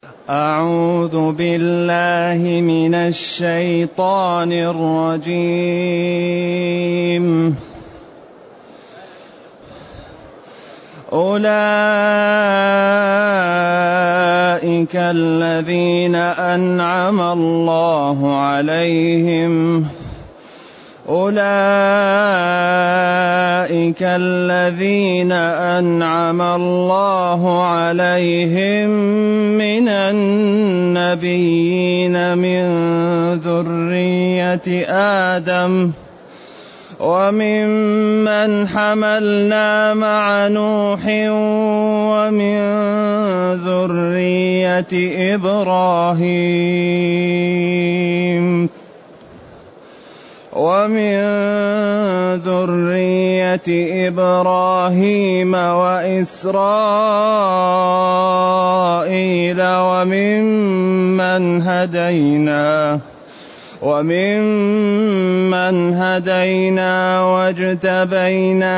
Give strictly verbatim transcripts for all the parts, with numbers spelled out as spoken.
أعوذ بالله من الشيطان الرجيم. أولئك الذين أنعم الله عليهم أولئك الذين أنعم الله عليهم من النبيين من ذرية آدم وممن حملنا مع نوح ومن ذرية إبراهيم ومن ذرية إبراهيم وإسرائيل وممن هدينا وممن هدينا واجتبينا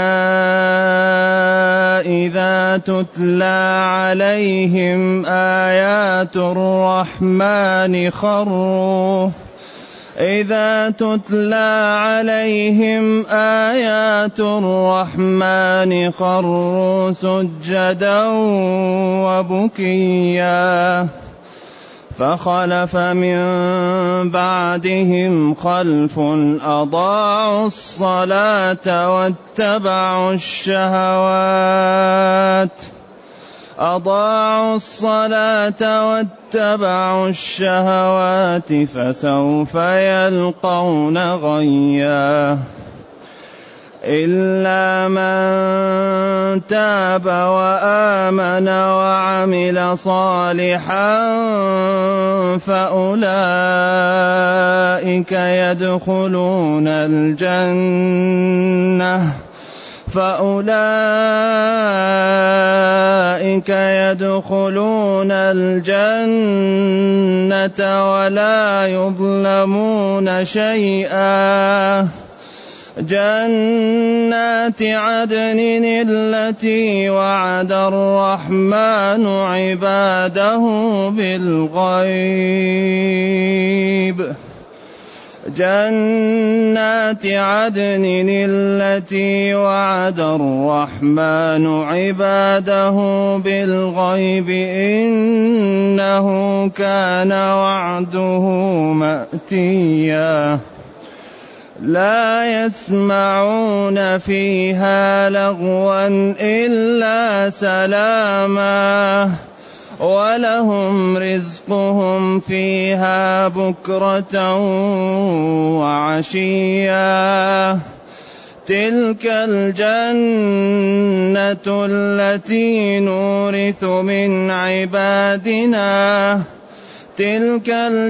إذا تتلى عليهم آيات الرحمن خروا إذا تتلى عليهم آيات الرحمن خروا سجدا وبكيا فخلف من بعدهم خلف أضاعوا الصلاة واتبعوا الشهوات أضاعوا الصلاة واتبعوا الشهوات فسوف يلقون غيا إلا من تاب وآمن وعمل صالحا فأولئك يدخلون الجنة فأولئك يدخلون الجنة ولا يظلمون شيئا جنات عدن التي وعد الرحمن عباده بالغيب جنات عدن التي وعد الرحمن عباده بالغيب إنه كان وعده مأتيا لا يسمعون فيها لغوا إلا سلاما ولهم رزقهم فيها بكرة وعشيا تلك الجنة التي نورث من عبادنا تلك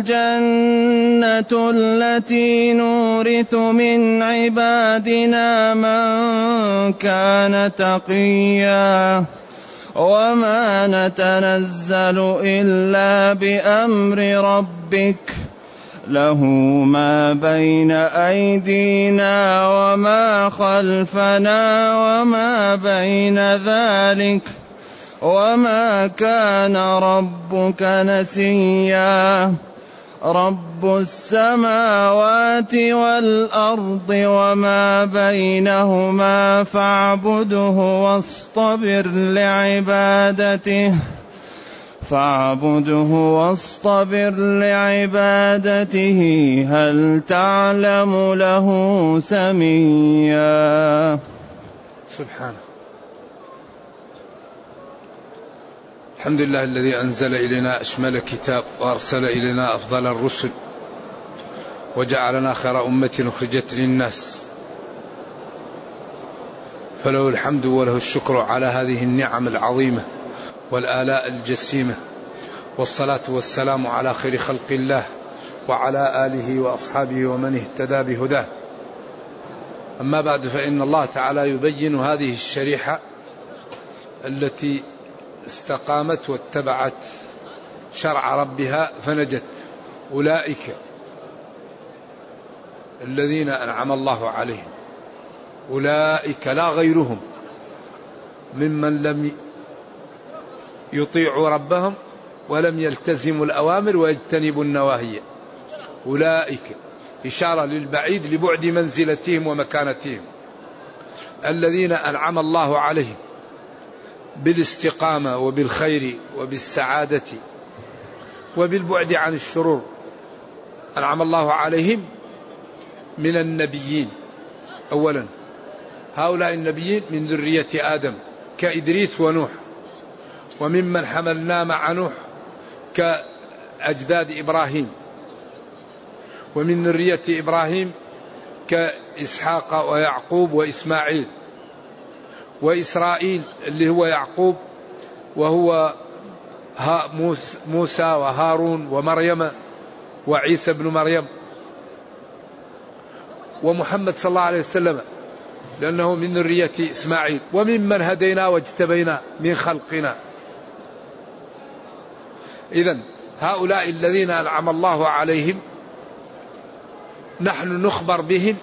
الجنة التي نورث من عبادنا من كان تقيا وما نتنزل إلا بأمر ربك له ما بين أيدينا وما خلفنا وما بين ذلك وما كان ربك نسيا رب السماوات والأرض وما بينهما فاعبده واصطبر لعبادته فاعبده واصطبر لعبادته هل تعلم له سميا. سبحانه. الحمد لله الذي أنزل إلينا أشمل كتاب وأرسل إلينا أفضل الرسل وجعلنا خير أمة أخرجت للناس فله الحمد وله الشكر على هذه النعم العظيمة والآلاء الجسيمة والصلاة والسلام على خير خلق الله وعلى آله وأصحابه ومن اهتدى بهداه. أما بعد فإن الله تعالى يبين هذه الشريحة التي استقامت واتبعت شرع ربها فنجت. أولئك الذين أنعم الله عليهم، أولئك لا غيرهم ممن لم يطيعوا ربهم ولم يلتزموا الأوامر ويجتنبوا النواهي أولئك إشارة للبعيد لبعد منزلتهم ومكانتهم. الذين أنعم الله عليهم بالاستقامة وبالخير وبالسعادة وبالبعد عن الشرور. أنعم الله عليهم من النبيين أولا، هؤلاء النبيين من ذرية آدم كإدريس ونوح، وممن حملنا مع نوح كأجداد إبراهيم، ومن ذرية إبراهيم كإسحاق ويعقوب وإسماعيل، وإسرائيل اللي هو يعقوب وهو موسى وهارون ومريم وعيسى بن مريم، ومحمد صلى الله عليه وسلم لأنه من ذرية إسماعيل، وممن هدينا واجتبينا من خلقنا. إذن هؤلاء الذين أنعم الله عليهم نحن نخبر بهم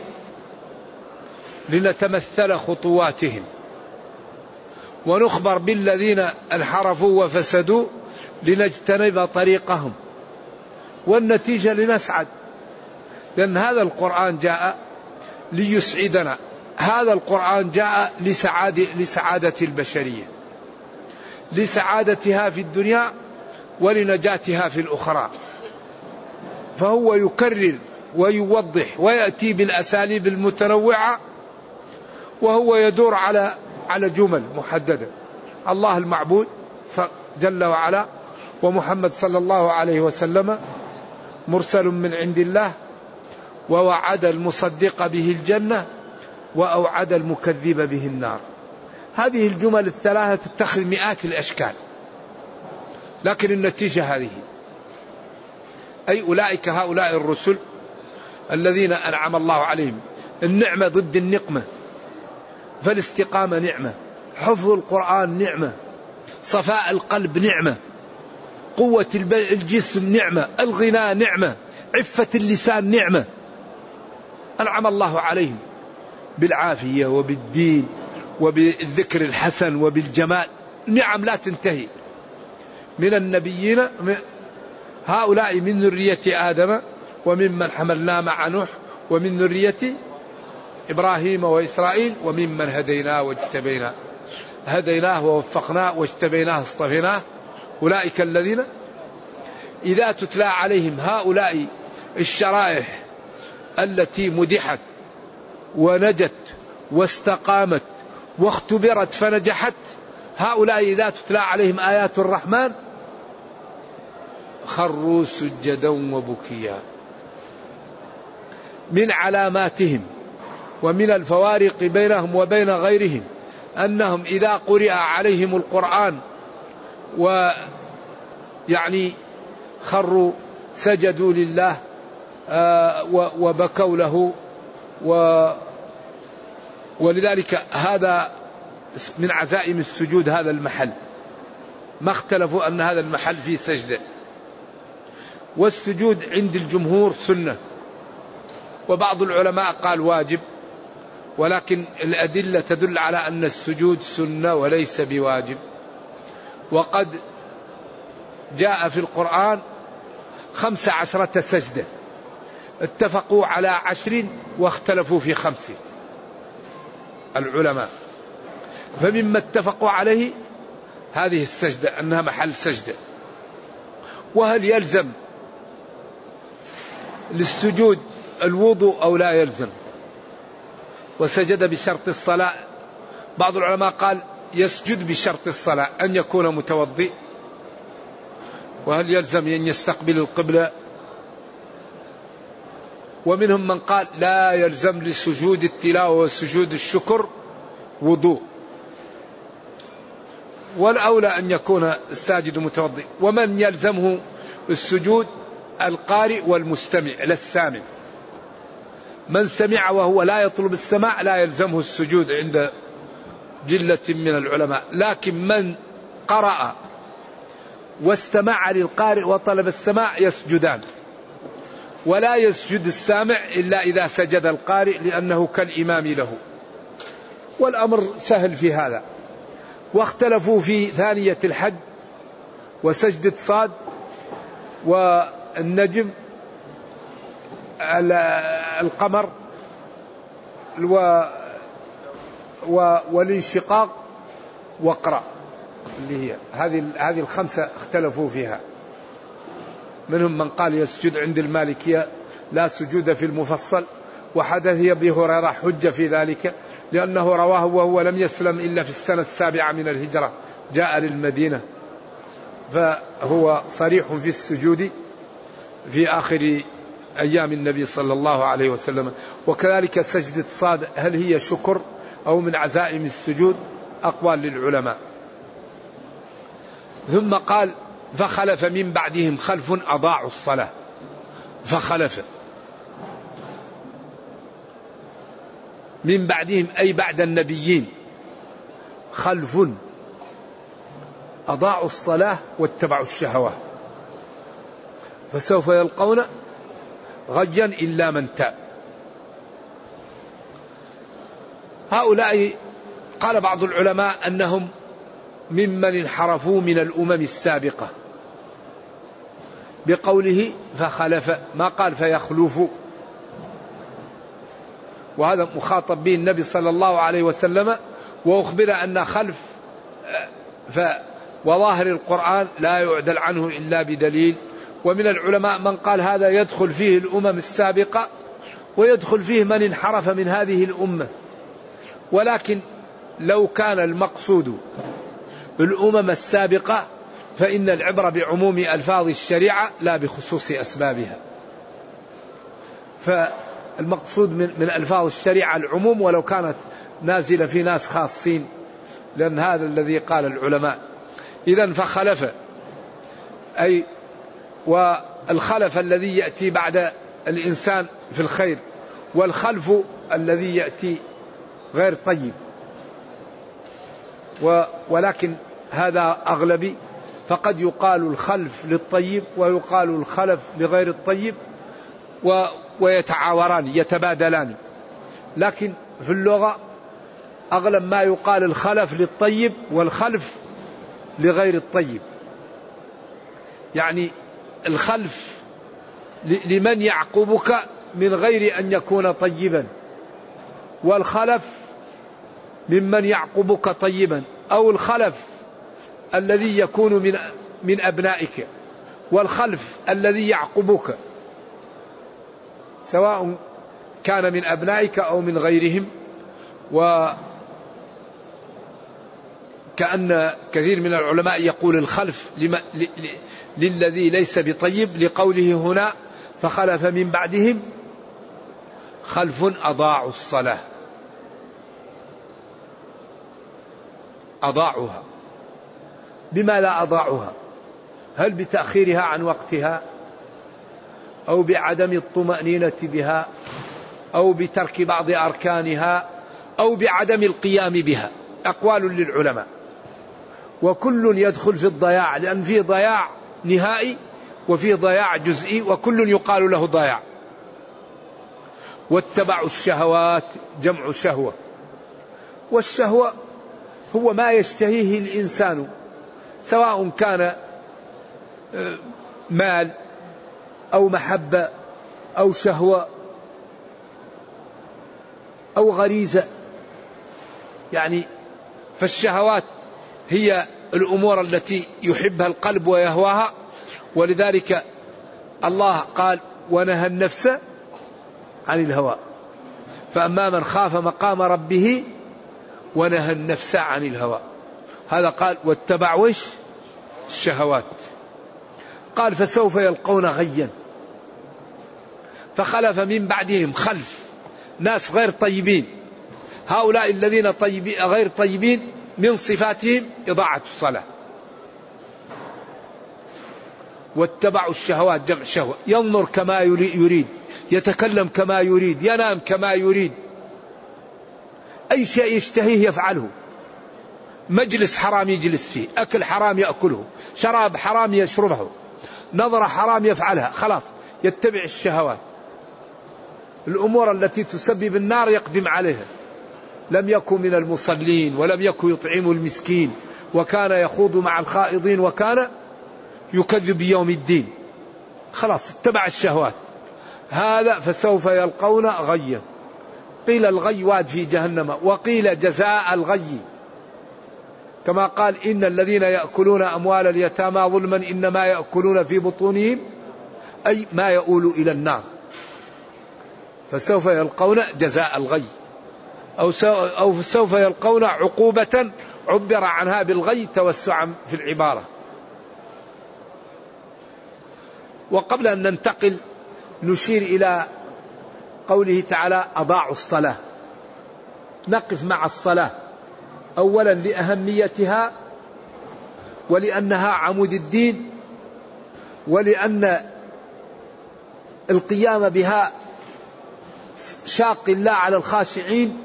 لنتمثل خطواتهم، ونخبر بالذين انحرفوا وفسدوا لنجتنب طريقهم، والنتيجة لنسعد، لأن هذا القرآن جاء ليسعدنا، هذا القرآن جاء لسعادة, لسعادة البشرية، لسعادتها في الدنيا ولنجاتها في الأخرى. فهو يكرر ويوضح ويأتي بالأساليب المتنوعة، وهو يدور على على جمل محددة. الله المعبود جل وعلا، ومحمد صلى الله عليه وسلم مرسل من عند الله، ووعد المصدق به الجنة، وأوعد المكذب به النار. هذه الجمل الثلاثة تتخذ مئات الأشكال، لكن النتيجة هذه، أي أولئك هؤلاء الرسل الذين أنعم الله عليهم. النعمة ضد النقمة، فالاستقامة نعمة، حفظ القرآن نعمة، صفاء القلب نعمة، قوة الجسم نعمة، الغنى نعمة، عفة اللسان نعمة. أنعم الله عليهم بالعافية وبالدين وبالذكر الحسن وبالجمال، نعم لا تنتهي. من النبيين هؤلاء من ذرية آدم، وممن حملنا مع نوح، ومن ذرية إبراهيم وإسرائيل، وممن هديناه واجتبيناه. هديناه ووفقناه واجتبيناه اصطفيناه. أولئك الذين إذا تتلى عليهم هؤلاء الشرائح التي مدحت ونجت واستقامت واختبرت فنجحت، هؤلاء إذا تتلى عليهم آيات الرحمن خروا سجدا وبكيا. من علاماتهم ومن الفوارق بينهم وبين غيرهم أنهم إذا قرئ عليهم القرآن ويعني خروا سجدوا لله وبكوا له، ولذلك هذا من عزائم السجود هذا المحل، ما اختلفوا أن هذا المحل فيه سجدة. والسجود عند الجمهور سنة، وبعض العلماء قال واجب، ولكن الأدلة تدل على أن السجود سنة وليس بواجب. وقد جاء في القرآن خمس عشرة سجدة، اتفقوا على عشر واختلفوا في خمس العلماء. فمما اتفقوا عليه هذه السجدة أنها محل سجدة. وهل يلزم للسجود الوضوء أو لا يلزم؟ وسجد بشرط الصلاة. بعض العلماء قال يسجد بشرط الصلاة أن يكون متوضئ. وهل يلزم أن يستقبل القبلة؟ ومنهم من قال لا يلزم لسجود التلاوة وسجود الشكر وضوء، والأولى أن يكون الساجد متوضئ. ومن يلزمه السجود القارئ والمستمع للسامع. من سمع وهو لا يطلب السماع لا يلزمه السجود عند جلة من العلماء، لكن من قرأ واستمع للقارئ وطلب السماع يسجدان. ولا يسجد السامع إلا إذا سجد القارئ لأنه كالإمام له. والأمر سهل في هذا. واختلفوا في ثانية الحج وسجدة صاد والنجم القمر والانشقاق واقرأ، اللي هي هذه هذه الخمسة اختلفوا فيها. منهم من قال يسجد عند المالكية لا سجود في المفصل، وحدث أبي هريرة حجة في ذلك لأنه رواه وهو لم يسلم إلا في السنة السابعة من الهجرة، جاء للمدينة، فهو صريح في السجود في آخر أيام النبي صلى الله عليه وسلم. وكذلك سجدة صاد هل هي شكر أو من عزائم السجود؟ أقوال للعلماء. ثم قال فخلف من بعدهم خلف أضاعوا الصلاة. فخلف من بعدهم أي بعد النبيين خلف أضاعوا الصلاة واتبعوا الشهوات فسوف يلقون غيا إلا من تاب. هؤلاء قال بعض العلماء أنهم ممن انحرفوا من الأمم السابقة بقوله فخلف، ما قال فيخلف، وهذا مخاطب به النبي صلى الله عليه وسلم، وأخبر أن خلف ف وظاهر القرآن لا يعدل عنه إلا بدليل. ومن العلماء من قال هذا يدخل فيه الأمم السابقة ويدخل فيه من انحرف من هذه الأمة، ولكن لو كان المقصود الأمم السابقة فإن العبرة بعموم ألفاظ الشريعة لا بخصوص أسبابها. فالمقصود من, من ألفاظ الشريعة العموم ولو كانت نازلة في ناس خاصين، لأن هذا الذي قال العلماء. إذن فخلف أي والخلف الذي يأتي بعد الإنسان في الخير، والخلف الذي يأتي غير طيب، ولكن هذا أغلبي، فقد يقال الخلف للطيب ويقال الخلف لغير الطيب ويتعاوران يتبادلان، لكن في اللغة أغلب ما يقال الخلف للطيب والخلف لغير الطيب، يعني الخلف لمن يعقبك من غير أن يكون طيبا، والخلف ممن يعقبك طيبا، أو الخلف الذي يكون من من أبنائك، والخلف الذي يعقبك سواء كان من أبنائك أو من غيرهم. وكأن كثير من العلماء يقول الخلف للذي ليس بطيب لقوله هنا فخلف من بعدهم خلف أضاعوا الصلاة. أضاعوها، بما لا أضاعوها؟ هل بتأخيرها عن وقتها، أو بعدم الطمأنينة بها، أو بترك بعض أركانها، أو بعدم القيام بها؟ أقوال للعلماء، وكل يدخل في الضياع، لأن فيه ضياع نهائي وفيه ضياع جزئي، وكل يقال له ضياع. واتبعوا الشهوات جمع شهوة، والشهوة هو ما يشتهيه الإنسان، سواء كان مال أو محبة أو شهوة أو غريزة، يعني فالشهوات هي الأمور التي يحبها القلب ويهواها، ولذلك الله قال ونهى النفس عن الهوى، فأما من خاف مقام ربه ونهى النفس عن الهوى، هذا قال واتبع وش الشهوات. قال فسوف يلقون غيا. فخلف من بعدهم خلف، ناس غير طيبين، هؤلاء الذين طيبين غير طيبين من صفاتهم إضاعة الصلاة. واتبعوا الشهوات جمع شهوة، ينظر كما يريد، يتكلم كما يريد، ينام كما يريد، أي شيء يشتهيه يفعله، مجلس حرام يجلس فيه، أكل حرام يأكله، شراب حرام يشربه، نظرة حرام يفعلها، خلاص يتبع الشهوات. الأمور التي تسبب النار يقدم عليها. لم يكن من المصلين ولم يكن يطعم المسكين وكان يخوض مع الخائضين وكان يكذب بيوم الدين، خلاص اتبع الشهوات، هذا فسوف يلقون غيا. قيل الغي واد في جهنم، وقيل جزاء الغي، كما قال إن الذين يأكلون أموال اليتامى ظلما إنما يأكلون في بطونهم، أي ما يؤول إلى النار، فسوف يلقون جزاء الغي، أو سوف يلقون عقوبة عبر عنها بالغي توسعا في العبارة. وقبل أن ننتقل نشير إلى قوله تعالى أضاعوا الصلاة. نقف مع الصلاة أولا لأهميتها، ولأنها عمود الدين، ولأن القيام بها شاق الله على الخاشعين.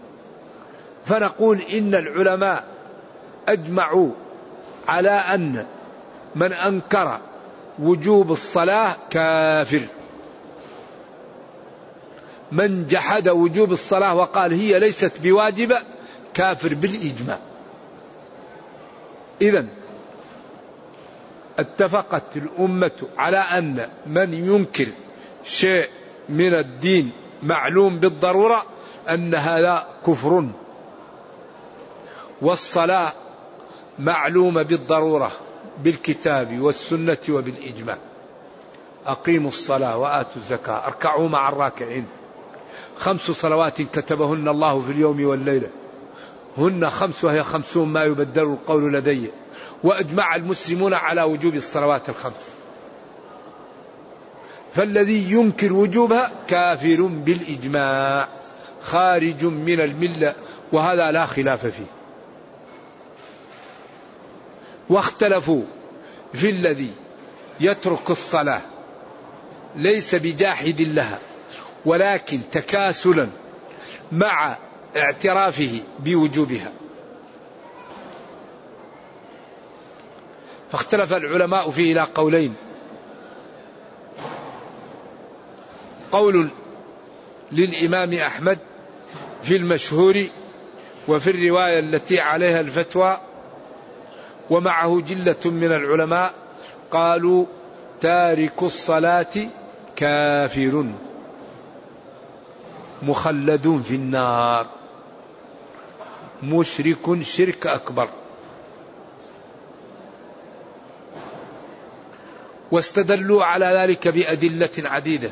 فنقول إن العلماء أجمعوا على أن من أنكر وجوب الصلاة كافر. من جحد وجوب الصلاة وقال هي ليست بواجبة كافر بالإجماع. إذن اتفقت الأمة على أن من ينكر شيء من الدين معلوم بالضرورة أن هذا كفر، والصلاة معلومة بالضرورة بالكتاب والسنة وبالإجماع. أقيموا الصلاة وآتوا الزكاة اركعوا مع الراكعين. خمس صلوات كتبهن الله في اليوم والليلة، هن خمس وهي خمسون ما يبدل القول لدي. وأجمع المسلمون على وجوب الصلوات الخمس، فالذي ينكر وجوبها كافر بالإجماع خارج من الملة، وهذا لا خلاف فيه. واختلفوا في الذي يترك الصلاة ليس بجاحد لها ولكن تكاسلا مع اعترافه بوجوبها. فاختلف العلماء فيه إلى قولين: قول للإمام أحمد في المشهور وفي الرواية التي عليها الفتوى، ومعه جلة من العلماء قالوا تارك الصلاة كافر مخلد في النار مشرك شرك أكبر. واستدلوا على ذلك بأدلة عديدة.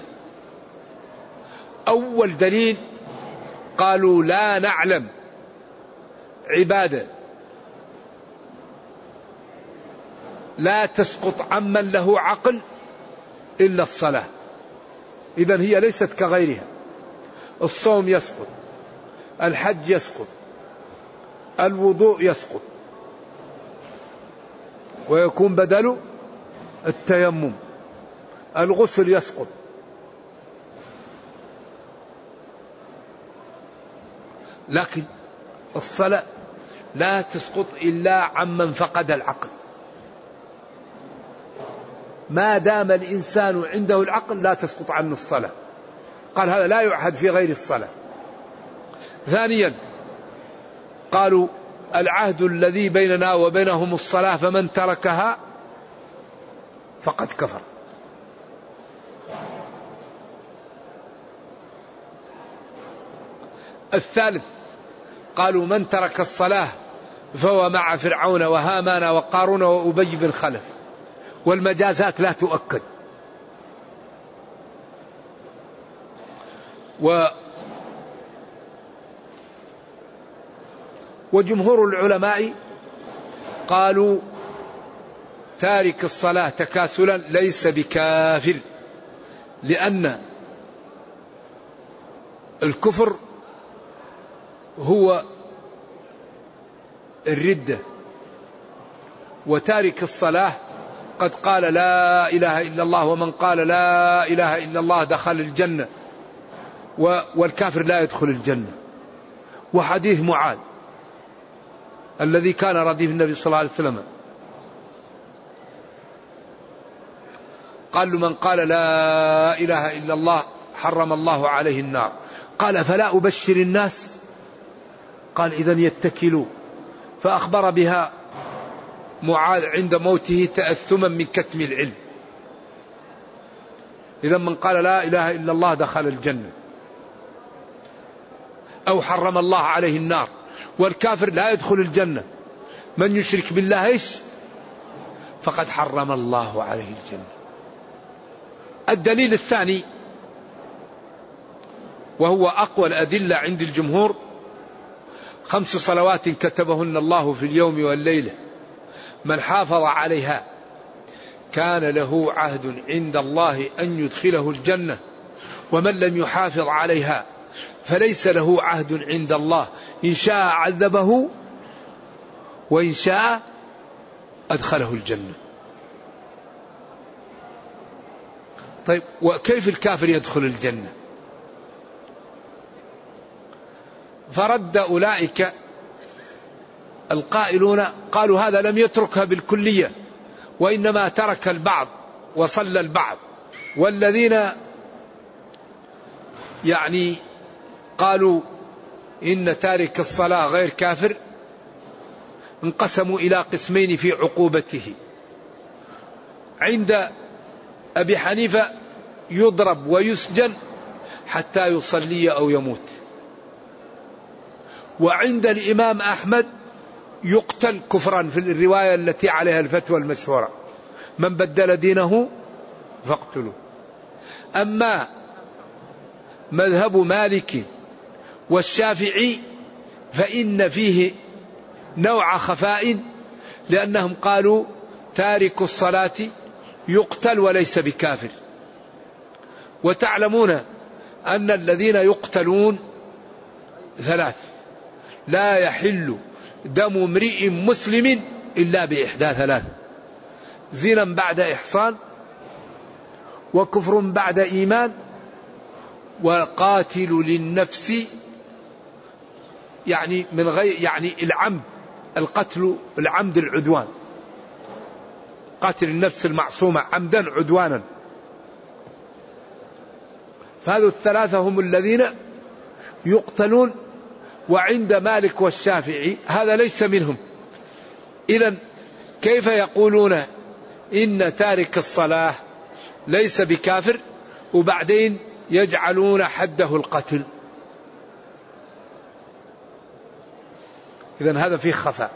أول دليل قالوا لا نعلم عبادة لا تسقط عمن له عقل إلا الصلاة، إذن هي ليست كغيرها. الصوم يسقط، الحج يسقط، الوضوء يسقط، ويكون بدل التيمم، الغسل يسقط، لكن الصلاة لا تسقط إلا عمن فقد العقل. ما دام الإنسان عنده العقل لا تسقط عنه الصلاة. قال هذا لا يعهد في غير الصلاة. ثانيا قالوا العهد الذي بيننا وبينهم الصلاة فمن تركها فقد كفر. الثالث قالوا من ترك الصلاة فهو مع فرعون وهامان وقارون وأبي بن خلف، والمجازات لا تؤكد. و وجمهور العلماء قالوا تارك الصلاة تكاسلا ليس بكافر، لأن الكفر هو الردة، وتارك الصلاة قد قال لا إله إلا الله، ومن قال لا إله إلا الله دخل الجنة، والكافر لا يدخل الجنة. وحديث معاذ الذي كان رديف النبي صلى الله عليه وسلم قال له من قال لا إله إلا الله حرم الله عليه النار. قال فلا أبشر الناس؟ قال إذن يتكلوا. فأخبر بها معاذ عند موته تأثما من كتم العلم. إذا من قال لا إله إلا الله دخل الجنة، أو حرم الله عليه النار. والكافر لا يدخل الجنة، من يشرك بالله إيش فقد حرم الله عليه الجنة. الدليل الثاني وهو أقوى الأدلة عند الجمهور: خمس صلوات كتبهن الله في اليوم والليلة من حافظ عليها كان له عهد عند الله أن يدخله الجنة، ومن لم يحافظ عليها فليس له عهد عند الله، إن شاء عذبه وإن شاء أدخله الجنة. طيب وكيف الكافر يدخل الجنة؟ فرد أولئك القائلون قالوا هذا لم يتركها بالكلية، وإنما ترك البعض وصلى البعض. والذين يعني قالوا إن تارك الصلاة غير كافر انقسموا إلى قسمين في عقوبته. عند أبي حنيفة يضرب ويسجن حتى يصلي أو يموت، وعند الإمام أحمد يقتل كفرا في الرواية التي عليها الفتوى المشهورة: من بدل دينه فاقتلوه. أما مذهب مالك والشافعي فإن فيه نوع خفاء، لأنهم قالوا تارك الصلاة يقتل وليس بكافر. وتعلمون أن الذين يقتلون ثلاث: لا يحل دم امرئ مسلم إلا بإحدى ثلاث: زنا بعد إحصان، وكفر بعد إيمان، وقاتل للنفس، يعني من غير يعني العمد، القتل العمد العدوان، قاتل النفس المعصومة عمدا عدوانا. فهذو الثلاثة هم الذين يقتلون. وعند مالك والشافعي هذا ليس منهم. إذن كيف يقولون إن تارك الصلاة ليس بكافر وبعدين يجعلون حده القتل؟ إذن هذا فيه خفاء.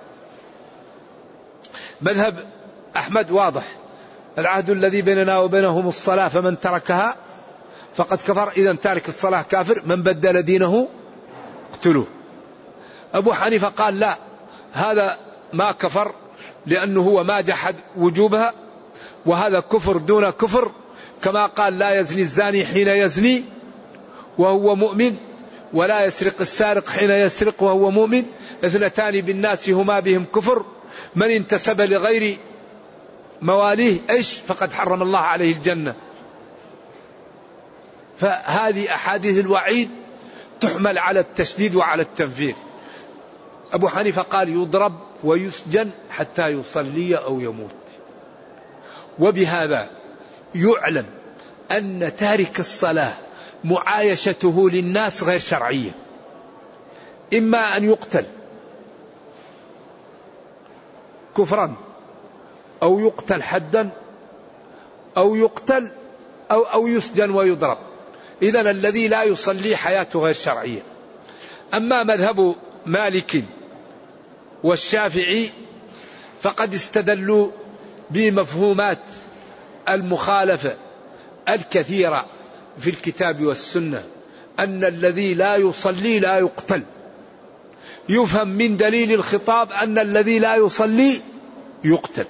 مذهب أحمد واضح: العهد الذي بيننا وبينهم الصلاة فمن تركها فقد كفر، إذن تارك الصلاة كافر، من بدل دينه اقتلوه. أبو حنيفة قال لا، هذا ما كفر لأنه هو ما جحد وجوبها، وهذا كفر دون كفر، كما قال لا يزني الزاني حين يزني وهو مؤمن، ولا يسرق السارق حين يسرق وهو مؤمن، اثنتان بالناس هما بهم كفر، من انتسب لغير مواليه ايش فقد حرم الله عليه الجنة. فهذه أحاديث الوعيد تحمل على التشديد وعلى التنفير. أبو حنيفة قال يضرب ويسجن حتى يصلي أو يموت. وبهذا يعلم أن تارك الصلاة معايشته للناس غير شرعية، إما أن يقتل كفرا أو يقتل حدا أو يقتل أو, أو يسجن ويضرب. إذن الذي لا يصلي حياته غير شرعية. أما مذهب مالك والشافعي فقد استدلوا بمفهومات المخالفة الكثيرة في الكتاب والسنة، أن الذي لا يصلي لا يقتل. يفهم من دليل الخطاب أن الذي لا يصلي يقتل.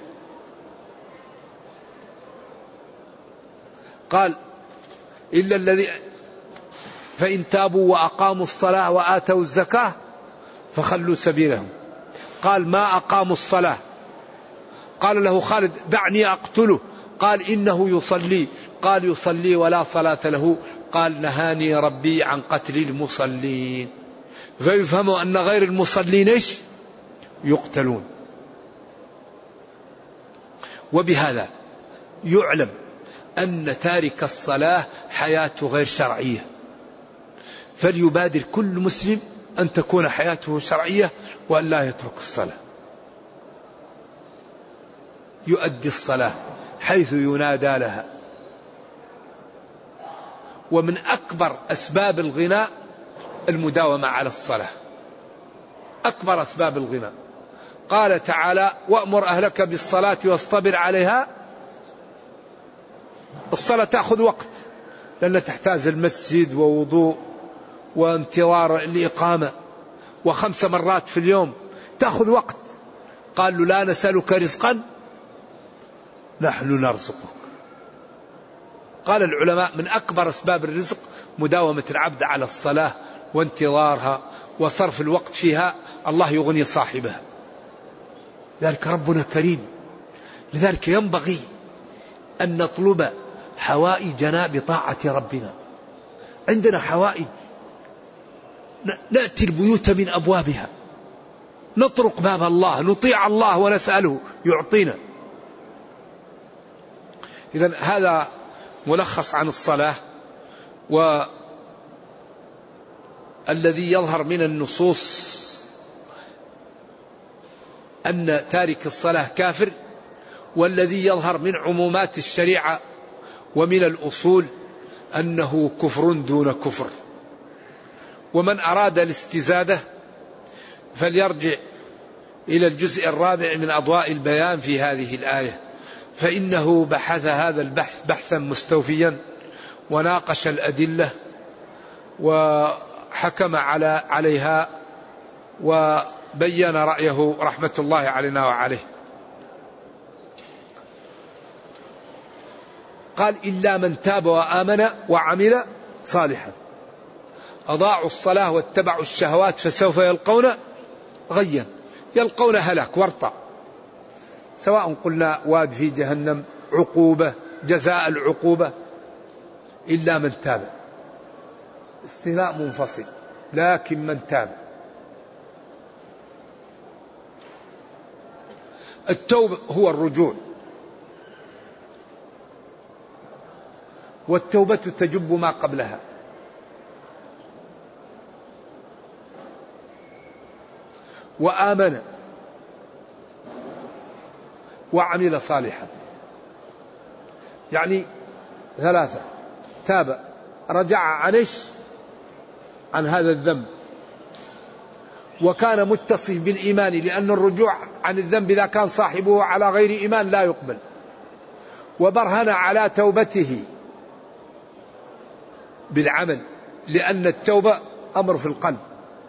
قال إلا الذي فإن تابوا وأقاموا الصلاة وآتوا الزكاة فخلوا سبيلهم. قال ما أقاموا الصلاة، قال له خالد دعني أقتله، قال إنه يصلي، قال يصلي ولا صلاة له، قال نهاني ربي عن قتل المصلين. فيفهموا أن غير المصلين إيش يقتلون. وبهذا يعلم أن تارك الصلاة حياته غير شرعية، فليبادر كل مسلم أن تكون حياته شرعية وأن لا يترك الصلاة. يؤدي الصلاة حيث ينادى لها. ومن أكبر أسباب الغنى المداومة على الصلاة، أكبر أسباب الغنى. قال تعالى: وأمر أهلك بالصلاة واصطبر عليها. الصلاة تأخذ وقت لأنها تحتاج المسجد ووضوء وانتظار الإقامة وخمس مرات في اليوم، تأخذ وقت. قال له: لا نسألك رزقا نحن نرزقك. قال العلماء: من أكبر أسباب الرزق مداومة العبد على الصلاة وانتظارها وصرف الوقت فيها. الله يغني صاحبها. ذلك ربنا كريم. لذلك ينبغي أن نطلب حوائجنا بطاعة ربنا. عندنا حوائج نأتي البيوت من أبوابها، نطرق باب الله، نطيع الله ونسأله يعطينا. إذن هذا ملخص عن الصلاة. والذي يظهر من النصوص أن تارك الصلاة كافر، والذي يظهر من عمومات الشريعة ومن الأصول أنه كفر دون كفر. ومن أراد الاستزادة فليرجع إلى الجزء الرابع من أضواء البيان في هذه الآية، فإنه بحث هذا البحث بحثا مستوفيا وناقش الأدلة وحكم على عليها وبين رأيه رحمة الله علينا وعليه. قال: إلا من تاب وآمن وعمل صالحا. أضاعوا الصلاة واتبعوا الشهوات فسوف يلقون غيا، يلقون هلاك ورطة، سواء قلنا واد في جهنم، عقوبة، جزاء العقوبة. إلا من تاب، استثناء منفصل، لكن من تاب. التوبة هو الرجوع، والتوبة تجب ما قبلها. وآمن وعمل صالحا، يعني ثلاثة: تاب، رجع عنش عن هذا الذنب، وكان متصف بالإيمان، لأن الرجوع عن الذنب إذا كان صاحبه على غير إيمان لا يقبل. وبرهن على توبته بالعمل، لأن التوبة أمر في القلب،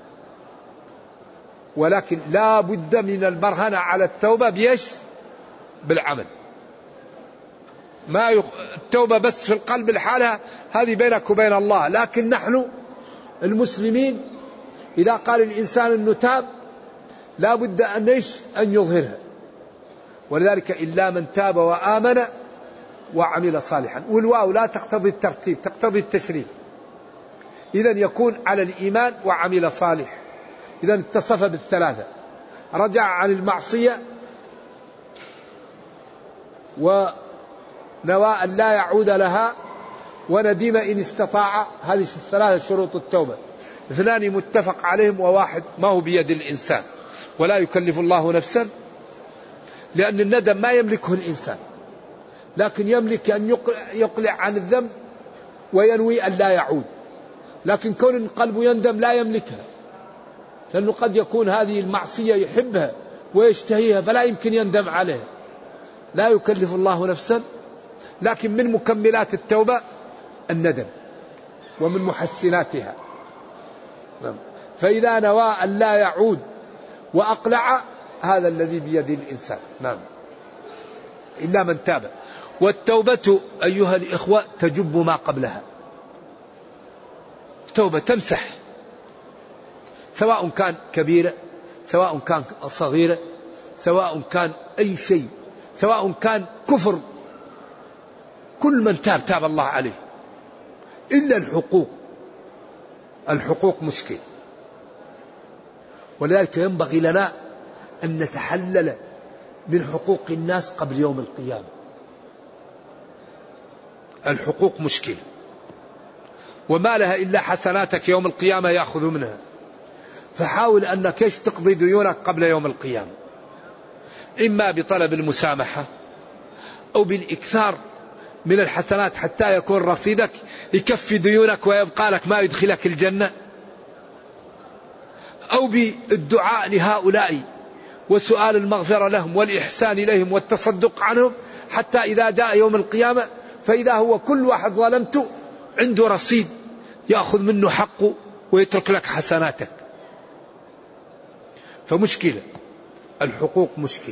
ولكن لا بد من البرهنة على التوبة بيش بالعمل. ما يخ... التوبة بس في القلب الحالة هذه بينك وبين الله، لكن نحن المسلمين إذا قال الإنسان أنه تاب لا بد أن إيش أن يظهرها. ولذلك إلا من تاب وآمن وعمل صالحا، والواو لا تقتضي الترتيب، تقتضي التشريف. إذن يكون على الإيمان وعمل صالح. إذن اتصف بالثلاثة: رجع عن المعصية، ونوى أن لا يعود لها، وندم إن استطاع. هذه الثلاثة شروط التوبة. اثنان متفق عليهم وواحد ما هو بيد الإنسان، ولا يكلف الله نفسا، لأن الندم ما يملكه الإنسان، لكن يملك أن يقلع عن الذنب وينوي أن لا يعود. لكن كون القلب يندم لا يملكها، لأنه قد يكون هذه المعصية يحبها ويشتهيها فلا يمكن يندم عليها. لا يكلف الله نفسا، لكن من مكملات التوبة الندم، ومن محسناتها. فإذا نوى أن لا يعود وأقلع، هذا الذي بيد الإنسان. نعم. إلا من تاب. والتوبة أيها الإخوة تجب ما قبلها. توبة تمسح، سواء كان كبيرة، سواء كان صغيرة، سواء كان أي شيء، سواء كان كفر. كل من تاب تاب الله عليه، إلا الحقوق. الحقوق مشكل، ولذلك ينبغي لنا أن نتحلل من حقوق الناس قبل يوم القيامة. الحقوق مشكل، وما لها إلا حسناتك يوم القيامة يأخذ منها. فحاول أنك تقضي ديونك قبل يوم القيامة، إما بطلب المسامحة أو بالإكثار من الحسنات حتى يكون رصيدك يكفي ديونك ويبقى لك ما يدخلك الجنة، أو بالدعاء لهؤلاء وسؤال المغفرة لهم والإحسان إليهم والتصدق عنهم، حتى إذا جاء يوم القيامة فإذا هو كل واحد ظلمته عنده رصيد يأخذ منه حقه ويترك لك حسناتك. فمشكلة الحقوق مشكلة،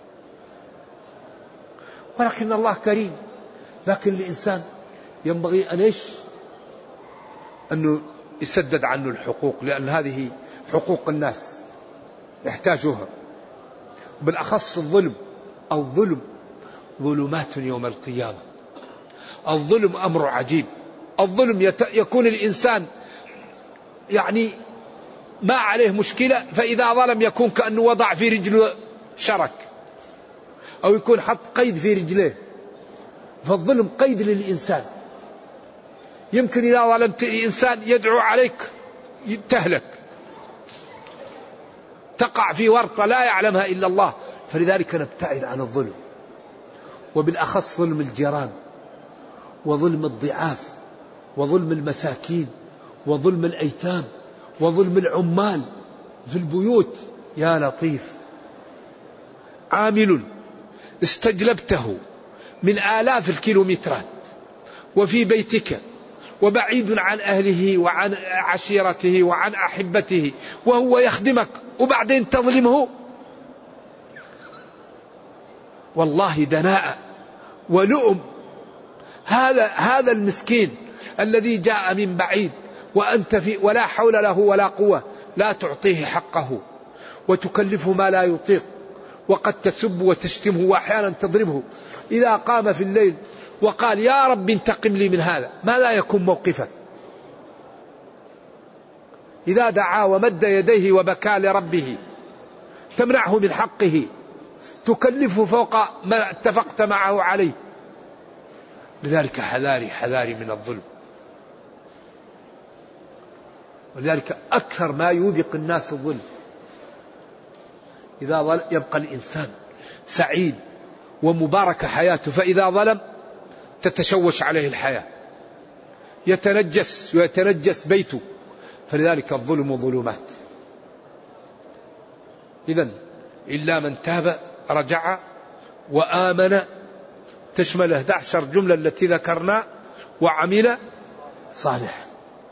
ولكن الله كريم. لكن الإنسان ينبغي أن إيش؟ أنه يسدد عنه الحقوق، لأن هذه حقوق الناس يحتاجوها، بالأخص الظلم. الظلم ظلمات يوم القيامة. الظلم أمر عجيب. الظلم يت... يكون الإنسان يعني ما عليه مشكلة، فإذا ظلم يكون كأنه وضع في رجله شرك، أو يكون حط قيد في رجله. فالظلم قيد للإنسان. يمكن إذا ظلمت الإنسان يدعو عليك تهلك، تقع في ورطة لا يعلمها إلا الله. فلذلك نبتعد عن الظلم، وبالأخص ظلم الجيران، وظلم الضعاف، وظلم المساكين، وظلم الأيتام، وظلم العمال في البيوت. يا لطيف، عامل استجلبته من آلاف الكيلومترات وفي بيتك وبعيد عن أهله وعن عشيرته وعن أحبته وهو يخدمك، وبعدين تظلمه. والله دناءة ولؤم. هذا هذا المسكين الذي جاء من بعيد وأنت في ولا حول له ولا قوة، لا تعطيه حقه وتكلفه ما لا يطيق، وقد تسب وتشتمه وأحيانا تضربه. إذا قام في الليل وقال يا رب انتقم لي من هذا، ما لا يكون موقفك؟ إذا دعا ومد يديه وبكى لربه تمنعه من حقه، تكلفه فوق ما اتفقت معه عليه. لذلك حذاري حذاري من الظلم. ولذلك أكثر ما يوبق الناس الظلم. إذا ظلم يبقى الإنسان سعيد ومبارك حياته، فإذا ظلم تتشوش عليه الحياة، يتنجس ويتنجس بيته. فلذلك الظلم ظلمات. إذن إلا من تاب رجع وآمن، تشمل إحدى عشرة جملة التي ذكرنا، وعمل صالح،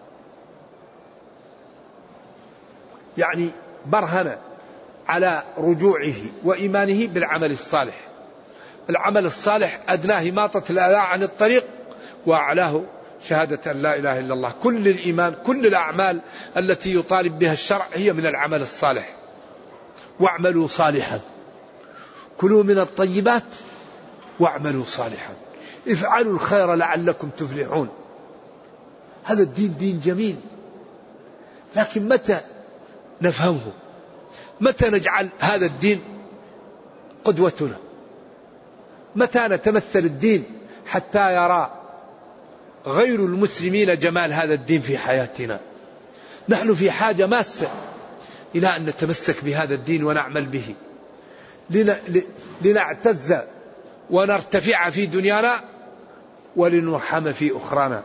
يعني برهن على رجوعه وإيمانه بالعمل الصالح. العمل الصالح أدناه إماطة الأذى عن الطريق، وأعلاه شهادة أن لا إله إلا الله. كل الإيمان، كل الأعمال التي يطالب بها الشرع هي من العمل الصالح. واعملوا صالحا، كلوا من الطيبات واعملوا صالحا، افعلوا الخير لعلكم تفلحون. هذا الدين دين جميل، لكن متى نفهمه؟ متى نجعل هذا الدين قدوتنا؟ متى نتمثل الدين حتى يرى غير المسلمين جمال هذا الدين في حياتنا؟ نحن في حاجة ماسة إلى أن نتمسك بهذا الدين ونعمل به، لنعتز ونرتفع في دنيانا ولنرحم في أخرانا.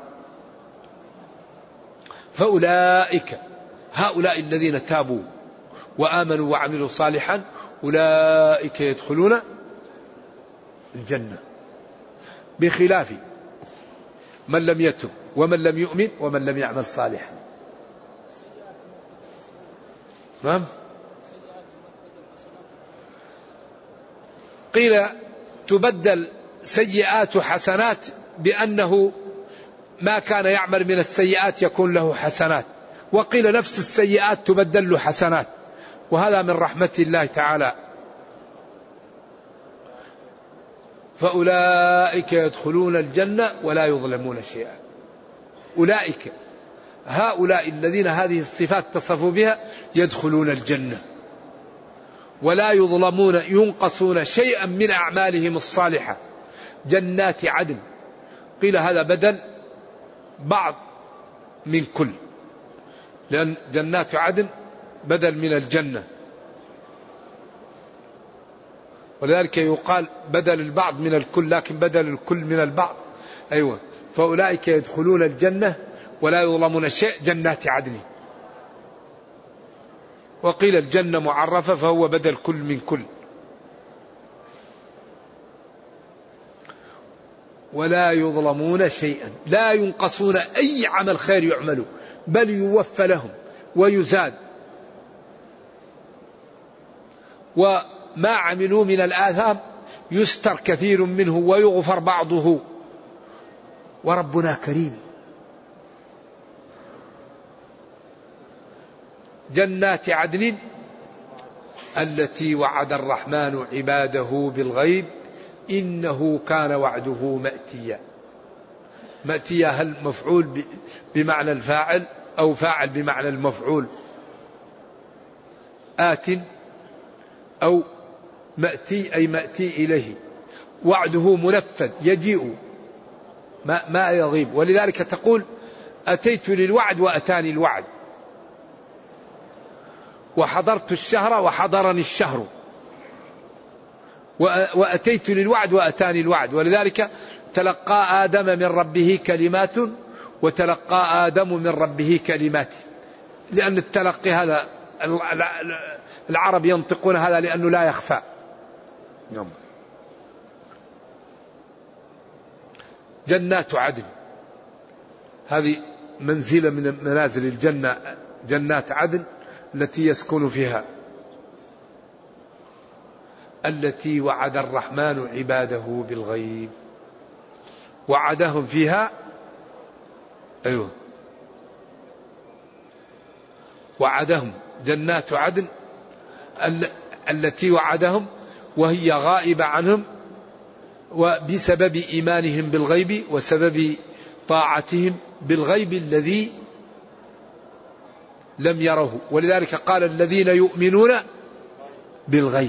فأولئك، هؤلاء الذين تابوا وآمنوا وعملوا صالحا، أولئك يدخلون الجنة، بخلاف من لم يتب ومن لم يؤمن ومن لم يعمل صالحا. نعم. قيل تبدل سيئات حسنات، بأنه ما كان يعمل من السيئات يكون له حسنات، وقيل نفس السيئات تبدل له حسنات، وهذا من رحمة الله تعالى. فأولئك يدخلون الجنة ولا يظلمون شيئا. أولئك، هؤلاء الذين هذه الصفات تصفوا بها يدخلون الجنة ولا يظلمون، ينقصون شيئا من أعمالهم الصالحة. جنات عدن، قيل هذا بدل بعض من كل، لأن جنات عدن بدل من الجنة. ولذلك يقال بدل البعض من الكل، لكن بدل الكل من البعض. أيوة، فأولئك يدخلون الجنة ولا يظلمون شيء، جنات عدن. وقيل الجنة معرفة فهو بدل كل من كل. ولا يظلمون شيئا، لا ينقصون أي عمل خير يعملوا، بل يوفى لهم ويزاد. وما عملوا من الآثام يستر كثير منه ويغفر بعضه، وربنا كريم. جنات عدن التي وعد الرحمن عباده بالغيب إنه كان وعده مأتيا. مأتيا هل مفعول بمعنى الفاعل أو فاعل بمعنى المفعول؟ آت أو مأتي أي مأتي إليه، وعده منفذ يجيء ما, ما يغيب. ولذلك تقول أتيت للوعد وأتاني الوعد، وحضرت الشهر وحضرني الشهر، وأتيت للوعد وأتاني الوعد. ولذلك تلقى آدم من ربه كلمات وتلقى آدم من ربه كلمات، لأن التلقي هذا العرب ينطقون هذا لأنه لا يخفى. جنات عدن هذه منزلة من منازل الجنة، جنات عدن التي يسكن فيها، التي وعد الرحمن عباده بالغيب. وعدهم فيها، أيوه، وعدهم جنات عدن التي وعدهم وهي غائبة عنهم، وبسبب إيمانهم بالغيب وسبب طاعتهم بالغيب الذي لم يروه. ولذلك قال الذين يؤمنون بالغيب.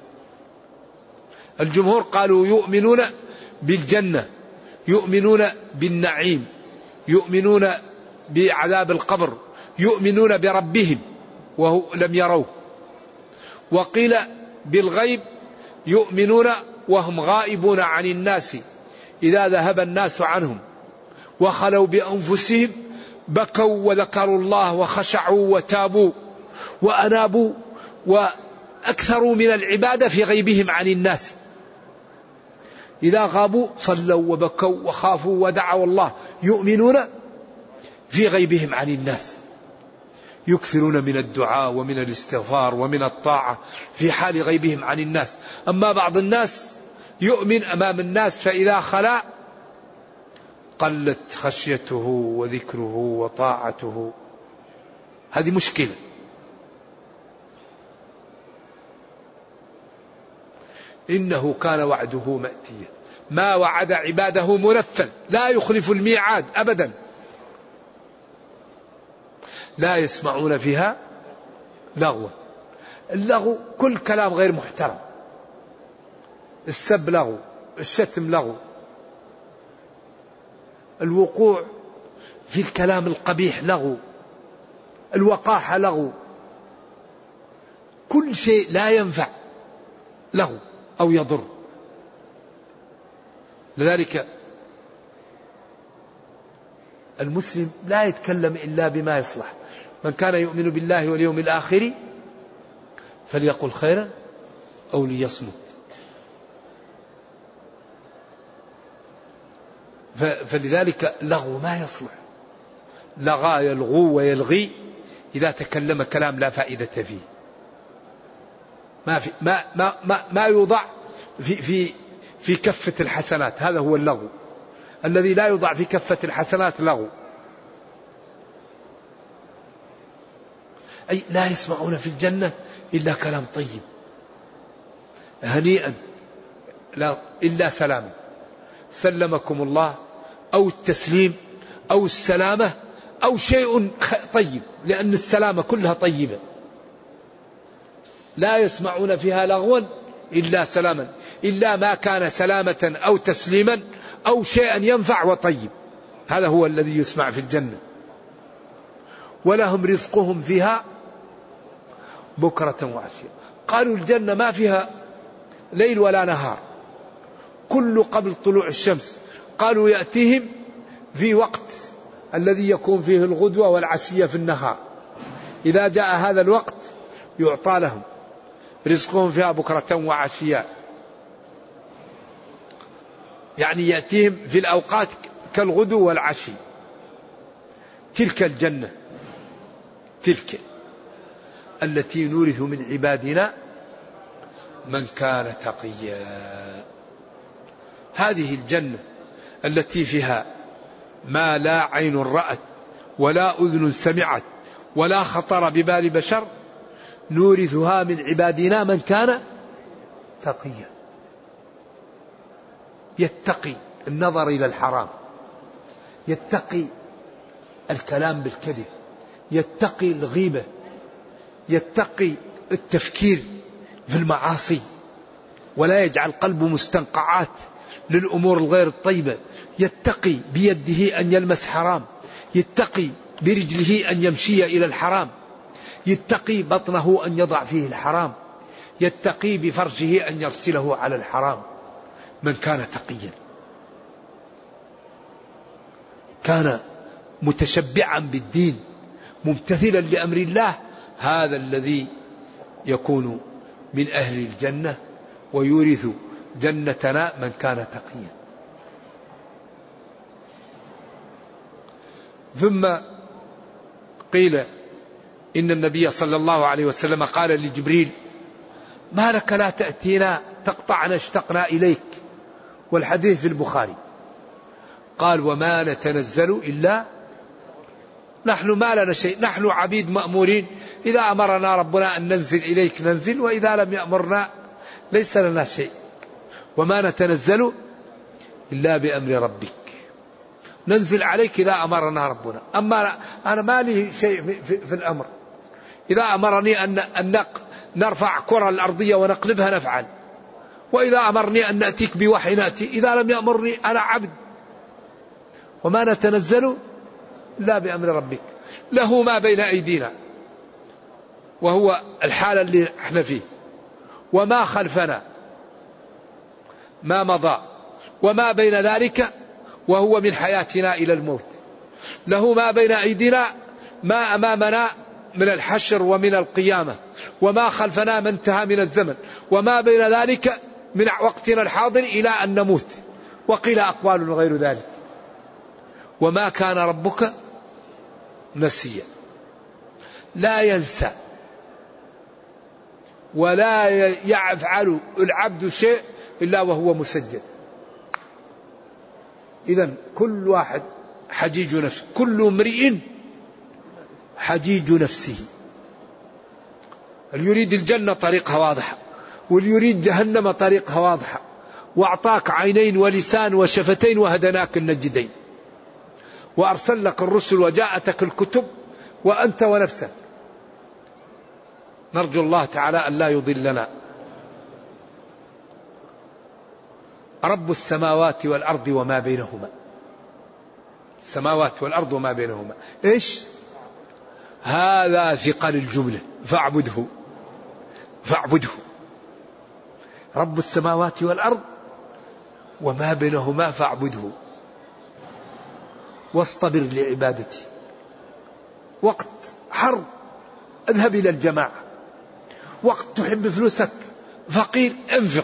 الجمهور قالوا يؤمنون بالجنة، يؤمنون بالنعيم، يؤمنون بعذاب القبر، يؤمنون بربهم وهو لم يروه. وقيل بالغيب يؤمنون وهم غائبون عن الناس، إذا ذهب الناس عنهم وخلوا بأنفسهم بكوا وذكروا الله وخشعوا وتابوا وأنابوا وأكثروا من العبادة في غيبهم عن الناس. إذا غابوا صلوا وبكوا وخافوا ودعوا الله، يؤمنون في غيبهم عن الناس، يكثرون من الدعاء ومن الاستغفار ومن الطاعة في حال غيبهم عن الناس. أما بعض الناس يؤمن أمام الناس، فإذا خلا قلت خشيته وذكره وطاعته. هذه مشكلة. إنه كان وعده مأتيا، ما وعد عباده منفذ، لا يخلف الميعاد أبدا. لا يسمعون فيها لغوا. اللغو كل كلام غير محترم، السب لغو، الشتم لغو، الوقوع في الكلام القبيح لغو، الوقاحة لغو، كل شيء لا ينفع لغو أو يضر. لذلك المسلم لا يتكلم إلا بما يصلح. من كان يؤمن بالله واليوم الآخر فليقل خيرا أو ليصمت. فلذلك لغو ما يصلح، لغى يلغو ويلغي إذا تكلم كلام لا فائدة فيه، ما في ما ما ما, ما يوضع في في في كفة الحسنات. هذا هو اللغو الذي لا يوضع في كفة الحسنات، لغو. أي لا يسمعون في الجنة إلا كلام طيب هنيئا، لا إلا سلام، سلمكم الله، أو التسليم أو السلامة أو شيء طيب، لأن السلامة كلها طيبة. لا يسمعون فيها لغوا إلا سلاما، إلا ما كان سلامة أو تسليما أو شيئا ينفع وطيب، هذا هو الذي يسمع في الجنة. ولهم رزقهم فيها بكرة وعشية. قالوا الجنة ما فيها ليل ولا نهار، كل قبل طلوع الشمس. قالوا يأتيهم في وقت الذي يكون فيه الغدوة والعشية في النهار، إذا جاء هذا الوقت يعطى لهم رزقهم فيها بكرة وعشية. يعني يأتيهم في الأوقات كالغدو والعشي. تلك الجنة تلك التي نورث من عبادنا من كان تقيا. هذه الجنة التي فيها ما لا عين رأت ولا أذن سمعت ولا خطر ببال بشر، نورثها من عبادنا من كان تقيا، يتقي النظر إلى الحرام، يتقي الكلام بالكذب، يتقي الغيبة، يتقي التفكير في المعاصي، ولا يجعل قلبه مستنقعات للأمور الغير الطيبة، يتقي بيده أن يلمس حرام، يتقي برجله أن يمشي إلى الحرام، يتقي بطنه أن يضع فيه الحرام، يتقي بفرجه أن يرسله على الحرام. من كان تقيا كان متشبعا بالدين ممتثلا لأمر الله، هذا الذي يكون من أهل الجنة ويورث جنتنا من كان تقيا. ثم قيل إن النبي صلى الله عليه وسلم قال لجبريل: ما لك لا تأتينا تقطعنا اشتقنا إليك، والحديث في البخاري. قال: وما نتنزل إلا نحن ما لنا شيء، نحن عبيد مأمورين، إذا أمرنا ربنا أن ننزل إليك ننزل، وإذا لم يأمرنا ليس لنا شيء. وما نتنزل إلا بأمر ربك، ننزل عليك إذا أمرنا ربنا. أما أنا ما لي شيء في, في, في الأمر، إذا أمرني أن, أن نرفع كرة الأرضية ونقلبها نفعل، وإذا أمرني أن نأتيك بوحي نأتي، إذا لم يأمرني أنا عبد. وما نتنزل إلا بأمر ربك، له ما بين أيدينا وهو الحالة اللي احنا فيه، وما خلفنا ما مضى، وما بين ذلك وهو من حياتنا إلى الموت. له ما بين أيدينا ما أمامنا من الحشر ومن القيامة، وما خلفنا ما انتهى من الزمن، وما بين ذلك من وقتنا الحاضر إلى أن نموت. وقيل أقوال غير ذلك. وما كان ربك نسيا، لا ينسى ولا يفعل العبد شيء إلا وهو مسجل. إذن كل واحد حجيج نفسه، كل امرئ حجيج نفسه. اللي يريد الجنة طريقها واضحة، واللي يريد جهنم طريقها واضحة. وأعطاك عينين ولسان وشفتين وهدناك النجدين، وأرسل لك الرسل وجاءتك الكتب وأنت ونفسك. نرجو الله تعالى أن لا يضلنا. رب السماوات والأرض وما بينهما، السماوات والأرض وما بينهما إيش؟ هذا ثقل الجملة، فاعبده فاعبده. رب السماوات والأرض وما بينهما فاعبده واصطبر لعبادتي. وقت حرب اذهب إلى الجماعة، وقت تحب فلوسك فقير انفق.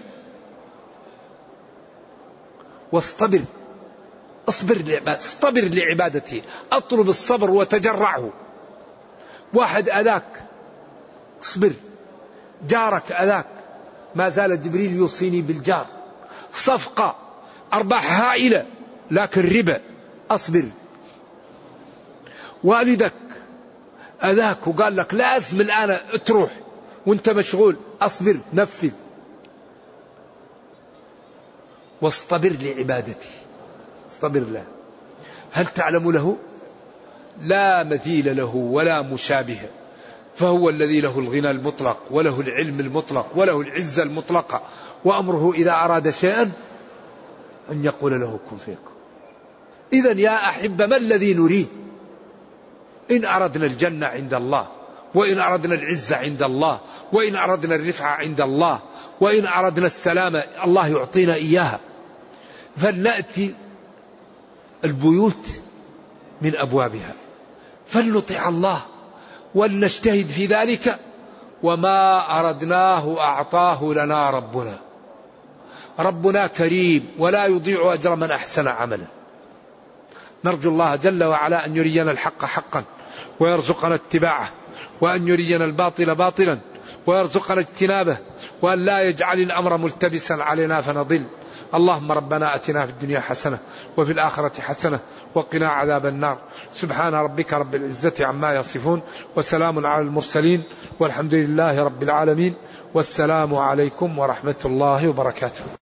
واصطبر، اصبر لعبادتي، اصطبر لعبادتي، اطلب الصبر وتجرعه. واحد أذاك اصبر، جارك أذاك، ما زال جبريل يوصيني بالجار. صفقة أرباح هائلة لكن ربا، أصبر. والدك أذاك وقال لك لازم الآن تروح وانت مشغول، أصبر نفذ. واصطبر لعبادتي، اصطبر له. هل تعلم له؟ لا مثيل له ولا مشابه، فهو الذي له الغنى المطلق وله العلم المطلق وله العزة المطلقة، وأمره إذا أراد شيئا أن يقول له كن فيكون. إذن يا أحبة ما الذي نريد؟ إن أردنا الجنة عند الله، وإن أردنا العزة عند الله، وإن أردنا الرفعة عند الله، وإن أردنا السلامة الله يعطينا إياها. فلنأتي البيوت من أبوابها، فلنطع الله ولنجتهد في ذلك، وما أردناه أعطاه لنا ربنا. ربنا كريم ولا يضيع أجر من أحسن عملا. نرجو الله جل وعلا أن يرينا الحق حقا ويرزقنا اتباعه، وأن يرينا الباطل باطلا ويرزقنا اجتنابه، وأن لا يجعل الأمر ملتبسا علينا فنضل. اللهم ربنا أتنا في الدنيا حسنة وفي الآخرة حسنة وقنا عذاب النار. سبحان ربك رب العزة عما يصفون، وسلام على المرسلين، والحمد لله رب العالمين، والسلام عليكم ورحمة الله وبركاته.